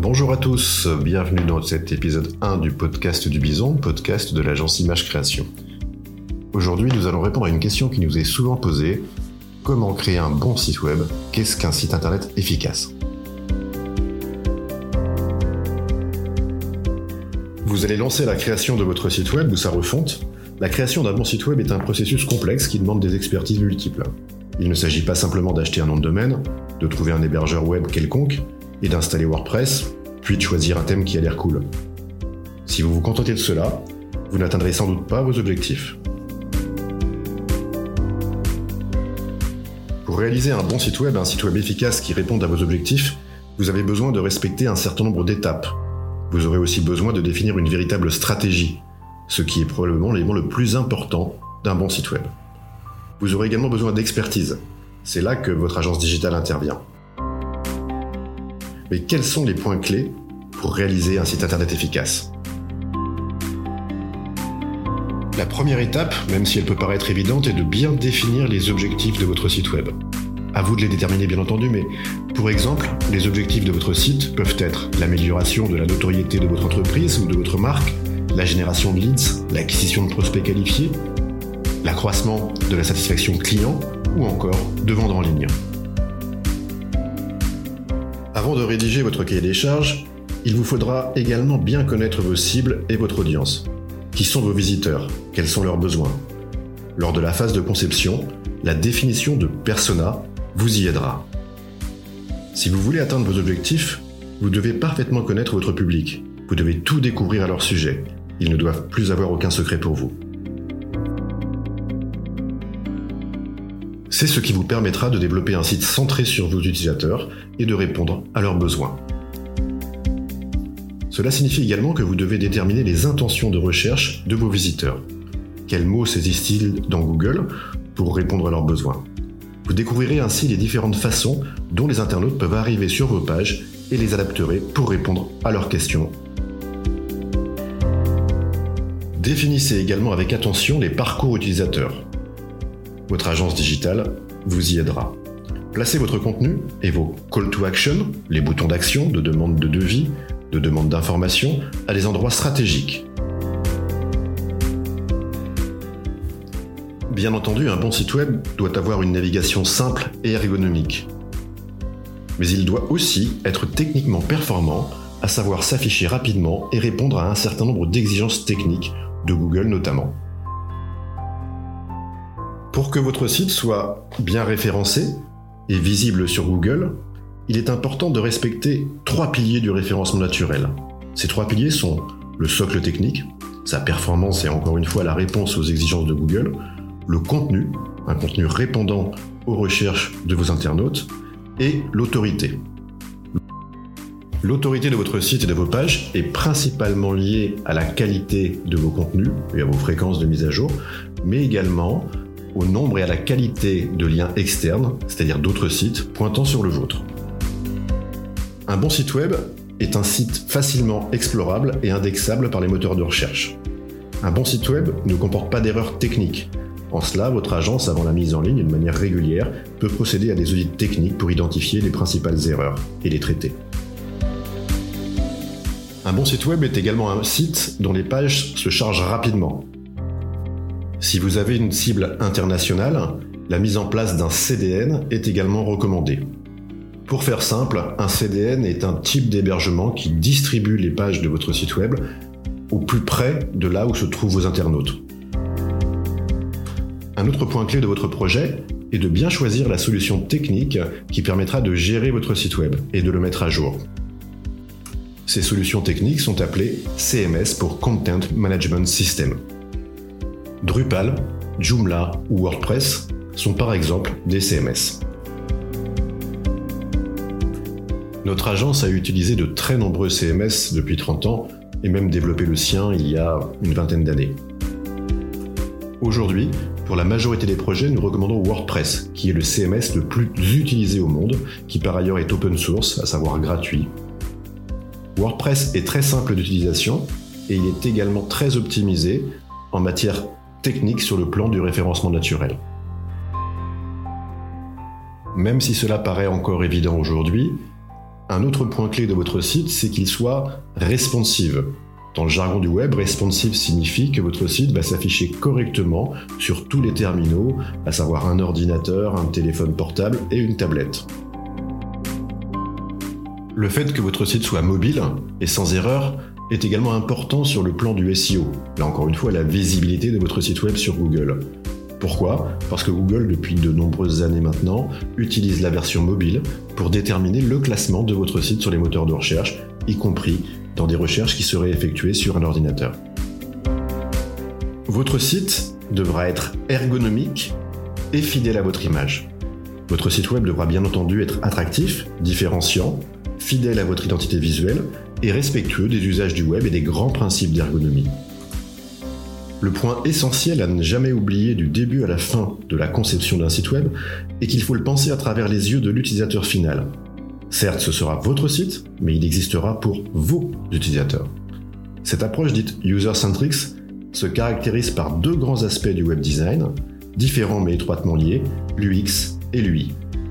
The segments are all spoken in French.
Bonjour à tous, bienvenue dans cet épisode 1 du podcast du Bison, podcast de l'agence Image Création. Aujourd'hui, nous allons répondre à une question qui nous est souvent posée. Comment créer un bon site web? Qu'est-ce qu'un site internet efficace? Vous allez lancer la création de votre site web ou sa refonte. La création d'un bon site web est un processus complexe qui demande des expertises multiples. Il ne s'agit pas simplement d'acheter un nom de domaine, de trouver un hébergeur web quelconque et d'installer WordPress, puis de choisir un thème qui a l'air cool. Si vous vous contentez de cela, vous n'atteindrez sans doute pas vos objectifs. Pour réaliser un bon site web efficace qui réponde à vos objectifs, vous avez besoin de respecter un certain nombre d'étapes. Vous aurez aussi besoin de définir une véritable stratégie, ce qui est probablement l'élément le plus important d'un bon site web. Vous aurez également besoin d'expertise. C'est là que votre agence digitale intervient. Mais quels sont les points clés pour réaliser un site internet efficace? La première étape, même si elle peut paraître évidente, est de bien définir les objectifs de votre site web. À vous de les déterminer bien entendu, mais pour exemple, les objectifs de votre site peuvent être l'amélioration de la notoriété de votre entreprise ou de votre marque, la génération de leads, l'acquisition de prospects qualifiés, l'accroissement de la satisfaction client ou encore de vendre en ligne. Avant de rédiger votre cahier des charges, il vous faudra également bien connaître vos cibles et votre audience. Qui sont vos visiteurs? Quels sont leurs besoins? Lors de la phase de conception, la définition de persona vous y aidera. Si vous voulez atteindre vos objectifs, vous devez parfaitement connaître votre public. Vous devez tout découvrir à leur sujet. Ils ne doivent plus avoir aucun secret pour vous. C'est ce qui vous permettra de développer un site centré sur vos utilisateurs et de répondre à leurs besoins. Cela signifie également que vous devez déterminer les intentions de recherche de vos visiteurs. Quels mots saisissent-ils dans Google pour répondre à leurs besoins? Vous découvrirez ainsi les différentes façons dont les internautes peuvent arriver sur vos pages et les adapterez pour répondre à leurs questions. Définissez également avec attention les parcours utilisateurs. Votre agence digitale vous y aidera. Placez votre contenu et vos call to action, les boutons d'action, de demande de devis, de demande d'information, à des endroits stratégiques. Bien entendu, un bon site web doit avoir une navigation simple et ergonomique. Mais il doit aussi être techniquement performant, à savoir s'afficher rapidement et répondre à un certain nombre d'exigences techniques, de Google notamment. Pour que votre site soit bien référencé et visible sur Google, il est important de respecter 3 piliers du référencement naturel. Ces 3 piliers sont le socle technique, sa performance et encore une fois la réponse aux exigences de Google, le contenu, un contenu répondant aux recherches de vos internautes, et l'autorité. L'autorité de votre site et de vos pages est principalement liée à la qualité de vos contenus et à vos fréquences de mise à jour, mais également au nombre et à la qualité de liens externes, c'est-à-dire d'autres sites pointant sur le vôtre. Un bon site web est un site facilement explorable et indexable par les moteurs de recherche. Un bon site web ne comporte pas d'erreurs techniques. En cela, votre agence, avant la mise en ligne de manière régulière, peut procéder à des audits techniques pour identifier les principales erreurs et les traiter. Un bon site web est également un site dont les pages se chargent rapidement. Si vous avez une cible internationale, la mise en place d'un CDN est également recommandée. Pour faire simple, un CDN est un type d'hébergement qui distribue les pages de votre site web au plus près de là où se trouvent vos internautes. Un autre point clé de votre projet est de bien choisir la solution technique qui permettra de gérer votre site web et de le mettre à jour. Ces solutions techniques sont appelées CMS pour Content Management System. Drupal, Joomla ou WordPress sont par exemple des CMS. Notre agence a utilisé de très nombreux CMS depuis 30 ans et même développé le sien il y a une vingtaine d'années. Aujourd'hui, pour la majorité des projets, nous recommandons WordPress, qui est le CMS le plus utilisé au monde, qui par ailleurs est open source, à savoir gratuit. WordPress est très simple d'utilisation et il est également très optimisé en matière technique sur le plan du référencement naturel. Même si cela paraît encore évident aujourd'hui, Un autre point clé de votre site, c'est qu'il soit responsive. Dans le jargon du web, responsive signifie que votre site va s'afficher correctement sur tous les terminaux, à savoir un ordinateur, un téléphone portable et une tablette. Le fait que votre site soit mobile et sans erreur est également important sur le plan du SEO. Là encore une fois, la visibilité de votre site web sur Google. Pourquoi ? Parce que Google, depuis de nombreuses années maintenant, utilise la version mobile pour déterminer le classement de votre site sur les moteurs de recherche, y compris dans des recherches qui seraient effectuées sur un ordinateur. Votre site devra être ergonomique et fidèle à votre image. Votre site web devra bien entendu être attractif, différenciant, fidèle à votre identité visuelle et respectueux des usages du web et des grands principes d'ergonomie. Le point essentiel à ne jamais oublier du début à la fin de la conception d'un site web est qu'il faut le penser à travers les yeux de l'utilisateur final. Certes, ce sera votre site, mais il existera pour vos utilisateurs. Cette approche dite user-centric se caractérise par deux grands aspects du web design, différents mais étroitement liés, l'UX et l'UI.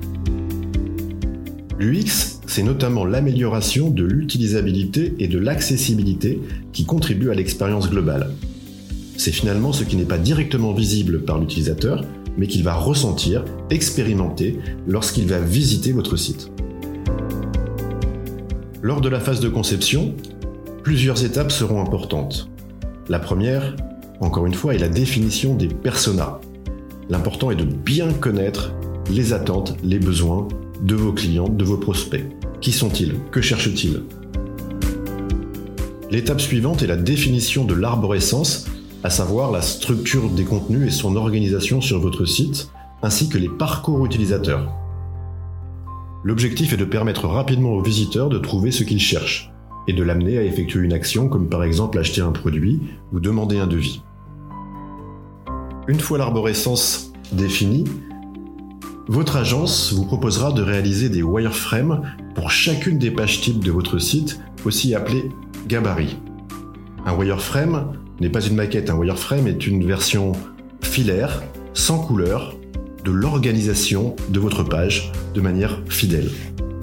L'UX, c'est notamment l'amélioration de l'utilisabilité et de l'accessibilité qui contribuent à l'expérience globale. C'est finalement ce qui n'est pas directement visible par l'utilisateur, mais qu'il va ressentir, expérimenter lorsqu'il va visiter votre site. Lors de la phase de conception, plusieurs étapes seront importantes. La première, encore une fois, est la définition des personas. L'important est de bien connaître les attentes, les besoins de vos clients, de vos prospects. Qui sont-ils ? Que cherchent-ils ? L'étape suivante est la définition de l'arborescence, à savoir la structure des contenus et son organisation sur votre site, ainsi que les parcours utilisateurs. L'objectif est de permettre rapidement aux visiteurs de trouver ce qu'ils cherchent et de l'amener à effectuer une action comme par exemple acheter un produit ou demander un devis. Une fois l'arborescence définie, votre agence vous proposera de réaliser des wireframes pour chacune des pages types de votre site, aussi appelées gabarits. Un wireframe n'est pas une maquette, un wireframe est une version filaire, sans couleur, de l'organisation de votre page de manière fidèle.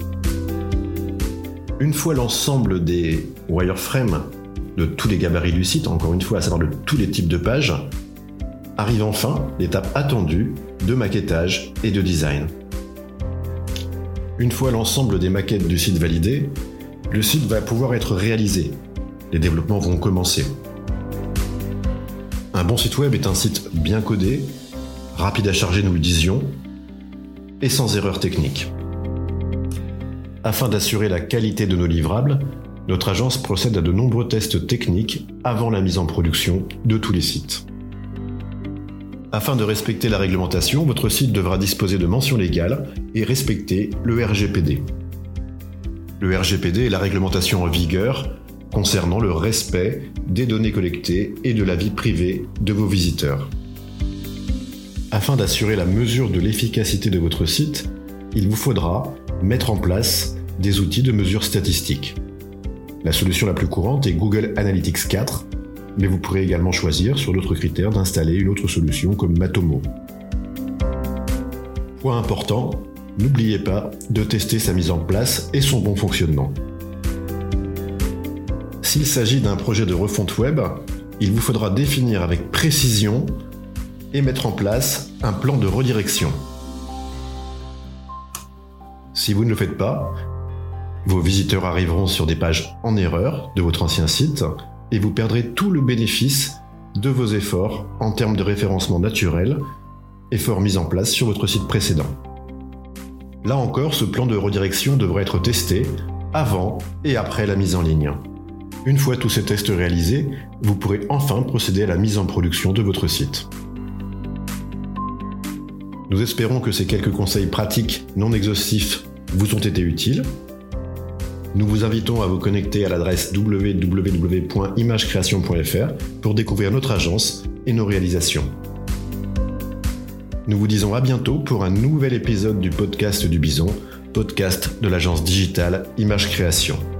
Une fois l'ensemble des wireframes de tous les gabarits du site, encore une fois à savoir de tous les types de pages, arrive enfin l'étape attendue de maquettage et de design. Une fois l'ensemble des maquettes du site validées, le site va pouvoir être réalisé. Les développements vont commencer. Un bon site web est un site bien codé, rapide à charger, nous le disions, et sans erreur technique. Afin d'assurer la qualité de nos livrables, notre agence procède à de nombreux tests techniques avant la mise en production de tous les sites. Afin de respecter la réglementation, votre site devra disposer de mentions légales et respecter le RGPD. Le RGPD est la réglementation en vigueur concernant le respect des données collectées et de la vie privée de vos visiteurs. Afin d'assurer la mesure de l'efficacité de votre site, il vous faudra mettre en place des outils de mesure statistique. La solution la plus courante est Google Analytics 4, mais vous pourrez également choisir, sur d'autres critères, d'installer une autre solution comme Matomo. Point important, n'oubliez pas de tester sa mise en place et son bon fonctionnement. S'il s'agit d'un projet de refonte web, il vous faudra définir avec précision et mettre en place un plan de redirection. Si vous ne le faites pas, vos visiteurs arriveront sur des pages en erreur de votre ancien site et vous perdrez tout le bénéfice de vos efforts en termes de référencement naturel, efforts mis en place sur votre site précédent. Là encore, ce plan de redirection devra être testé avant et après la mise en ligne. Une fois tous ces tests réalisés, vous pourrez enfin procéder à la mise en production de votre site. Nous espérons que ces quelques conseils pratiques non exhaustifs vous ont été utiles. Nous vous invitons à vous connecter à l'adresse www.imagecreation.fr pour découvrir notre agence et nos réalisations. Nous vous disons à bientôt pour un nouvel épisode du podcast du Bison, podcast de l'agence digitale Image Création.